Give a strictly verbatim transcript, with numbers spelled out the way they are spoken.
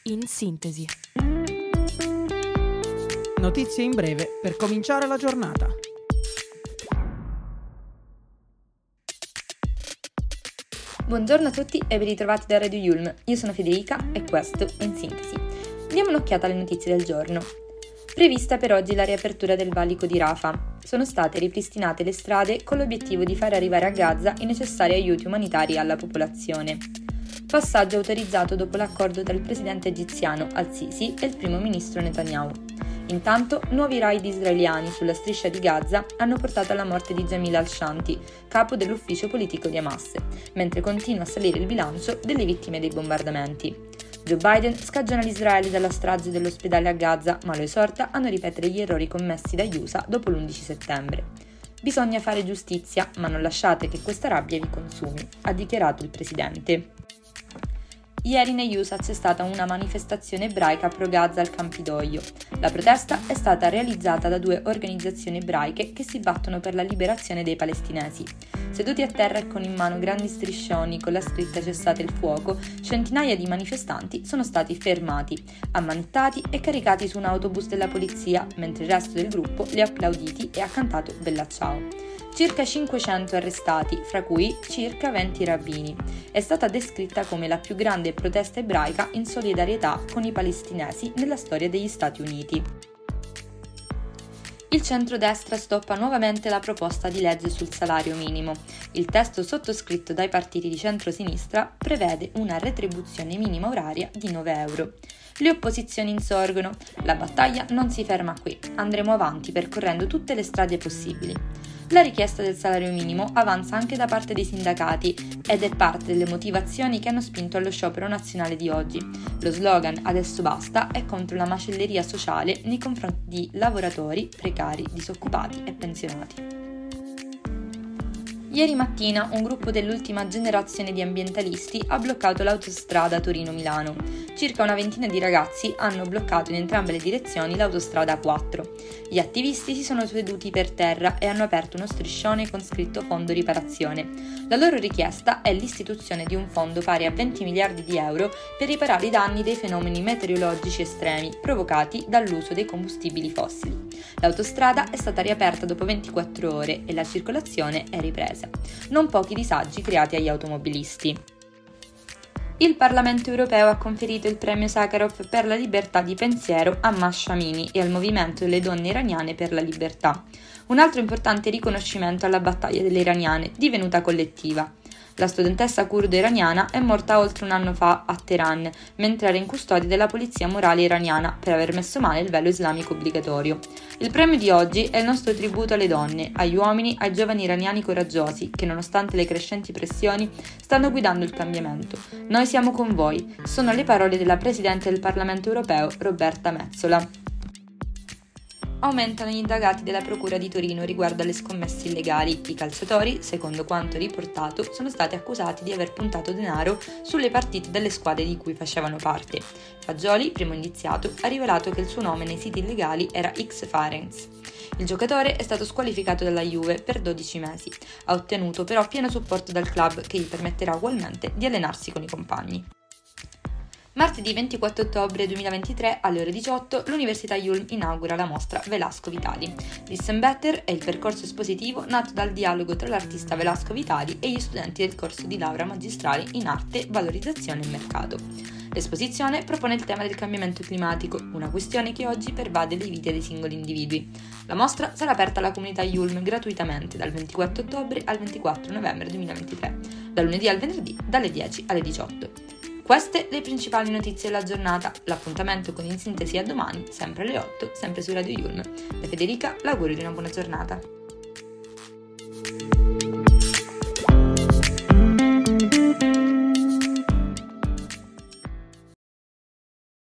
in sintesi. Notizie in breve per cominciare la giornata. Buongiorno a tutti e ben ritrovati da Radio Yulm. Io sono Federica e questo è In Sintesi. Diamo un'occhiata alle notizie del giorno. Prevista per oggi la riapertura del valico di Rafah. Sono state ripristinate le strade con l'obiettivo di far arrivare a Gaza i necessari aiuti umanitari alla popolazione. Passaggio autorizzato dopo l'accordo tra il presidente egiziano Al-Sisi e il primo ministro Netanyahu. Intanto, nuovi raid israeliani sulla striscia di Gaza hanno portato alla morte di Jamil al-Shanti, capo dell'ufficio politico di Hamas, mentre continua a salire il bilancio delle vittime dei bombardamenti. Joe Biden scagiona l'Israele dalla strage dell'ospedale a Gaza, ma lo esorta a non ripetere gli errori commessi dagli U S A dopo l'undici settembre. Bisogna fare giustizia, ma non lasciate che questa rabbia vi consumi, ha dichiarato il presidente. Ieri negli U S A c'è stata una manifestazione ebraica pro-Gaza al Campidoglio. La protesta è stata realizzata da due organizzazioni ebraiche che si battono per la liberazione dei palestinesi. Seduti a terra e con in mano grandi striscioni con la scritta "Cessate il fuoco", centinaia di manifestanti sono stati fermati, ammanettati e caricati su un autobus della polizia, mentre il resto del gruppo li ha applauditi e ha cantato "Bella ciao". Circa cinquecento arrestati, fra cui circa venti rabbini. È stata descritta come la più grande protesta ebraica in solidarietà con i palestinesi nella storia degli Stati Uniti. Il centrodestra stoppa nuovamente la proposta di legge sul salario minimo. Il testo sottoscritto dai partiti di centrosinistra prevede una retribuzione minima oraria di nove euro. Le opposizioni insorgono. La battaglia non si ferma qui. Andremo avanti percorrendo tutte le strade possibili. La richiesta del salario minimo avanza anche da parte dei sindacati ed è parte delle motivazioni che hanno spinto allo sciopero nazionale di oggi. Lo slogan "Adesso basta" è contro la macelleria sociale nei confronti di lavoratori, precari, disoccupati e pensionati. Ieri mattina un gruppo dell'ultima generazione di ambientalisti ha bloccato l'autostrada Torino-Milano. Circa una ventina di ragazzi hanno bloccato in entrambe le direzioni l'autostrada A quattro. Gli attivisti si sono seduti per terra e hanno aperto uno striscione con scritto "Fondo riparazione". La loro richiesta è l'istituzione di un fondo pari a venti miliardi di euro per riparare i danni dei fenomeni meteorologici estremi provocati dall'uso dei combustibili fossili. L'autostrada è stata riaperta dopo ventiquattro ore e la circolazione è ripresa. Non pochi disagi creati agli automobilisti. Il Parlamento europeo ha conferito il premio Sakharov per la libertà di pensiero a Mahsa Amini e al movimento delle donne iraniane per la libertà. Un altro importante riconoscimento alla battaglia delle iraniane, divenuta collettiva. La studentessa curdo iraniana è morta oltre un anno fa a Teheran, mentre era in custodia della polizia morale iraniana per aver messo male il velo islamico obbligatorio. Il premio di oggi è il nostro tributo alle donne, agli uomini, ai giovani iraniani coraggiosi che, nonostante le crescenti pressioni, stanno guidando il cambiamento. Noi siamo con voi, sono le parole della Presidente del Parlamento europeo, Roberta Metsola. Aumentano gli indagati della Procura di Torino riguardo alle scommesse illegali. I calciatori, secondo quanto riportato, sono stati accusati di aver puntato denaro sulle partite delle squadre di cui facevano parte. Fagioli, primo indiziato, ha rivelato che il suo nome nei siti illegali era X Farenz. Il giocatore è stato squalificato dalla Juve per dodici mesi. Ha ottenuto però pieno supporto dal club che gli permetterà ugualmente di allenarsi con i compagni. Martedì ventiquattro ottobre duemilaventitré alle ore diciotto l'Università Yulm inaugura la mostra Velasco Vitali. Listen Better è il percorso espositivo nato dal dialogo tra l'artista Velasco Vitali e gli studenti del corso di laurea magistrale in arte, valorizzazione e mercato. L'esposizione propone il tema del cambiamento climatico, una questione che oggi pervade le vite dei singoli individui. La mostra sarà aperta alla comunità Yulm gratuitamente dal ventiquattro ottobre al ventiquattro novembre duemilaventitré, dal lunedì al venerdì dalle dieci alle diciotto. Queste le principali notizie della giornata. L'appuntamento con In Sintesi è domani, sempre alle otto, sempre su Radio Yulm. Da Federica, l'augurio di una buona giornata.